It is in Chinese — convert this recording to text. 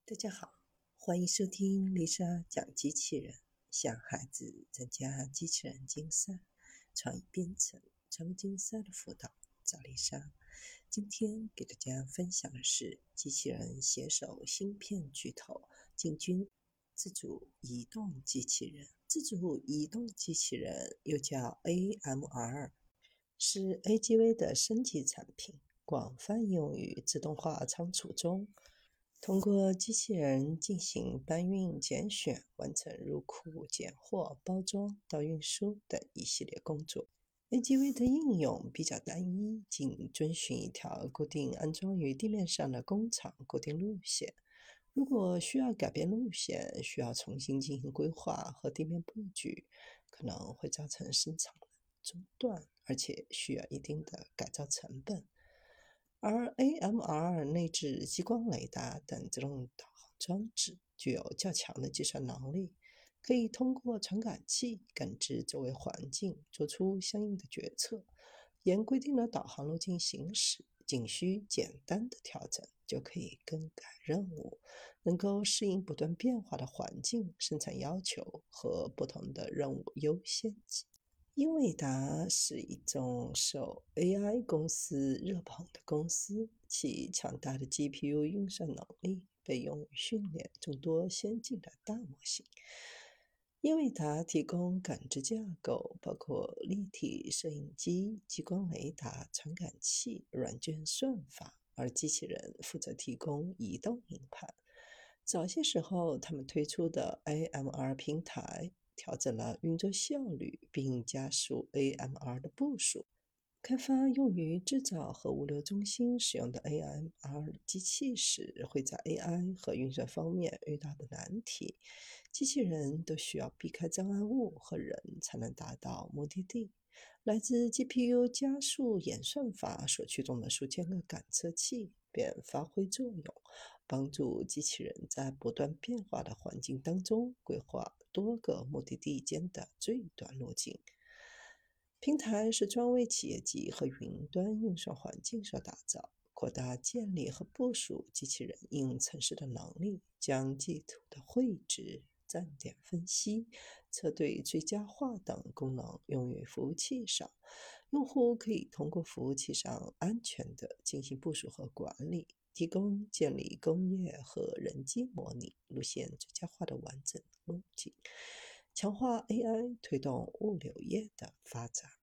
大家好，欢迎收听丽莎讲机器人，向孩子参加机器人竞赛、创意编程、创意竞赛的辅导。找丽莎。今天给大家分享的是机器人携手芯片巨头进军自主移动机器人。自主移动机器人又叫 AMR， 是 AGV 的升级产品，广泛用于自动化仓储中。通过机器人进行搬运、拣选，完成入库、拣货、包装到运输等一系列工作。AGV 的应用比较单一，仅遵循一条固定安装于地面上的工厂固定路线。如果需要改变路线，需要重新进行规划和地面布局，可能会造成生产中断，而且需要一定的改造成本。而 AMR 内置激光雷达等自动导航装置，具有较强的计算能力，可以通过传感器感知周围环境，做出相应的决策。沿规定的导航路径行驶，仅需简单的调整就可以更改任务，能够适应不断变化的环境、生产要求和不同的任务优先级。英伟达是一种受 AI 公司热捧的公司，其强大的 GPU 运算能力被用于训练众多先进的大模型。英伟达提供感知架构，包括立体摄影机、激光雷达、传感器、软件算法，而机器人负责提供移动硬盘。早些时候，他们推出的 AMR 平台调整了运作效率，并加速 AMR 的部署。开发用于制造和物流中心使用的 AMR 机器时，会在 AI 和运算方面遇到的难题。机器人都需要避开障碍物和人才能达到目的地。来自 GPU 加速演算法所驱动的数千个感测器便发挥作用，帮助机器人在不断变化的环境当中规划多个目的地间的最短路径。平台是专为企业级和云端运算环境所打造，扩大建立和部署机器人应用程式的能力，将地图的绘制、站点分析、车队最佳化等功能用于服务器上。用户可以通过服务器上安全地进行部署和管理，提供建立工业和人机模拟、路线最佳化的完整路径，强化 AI 推动物流业的发展。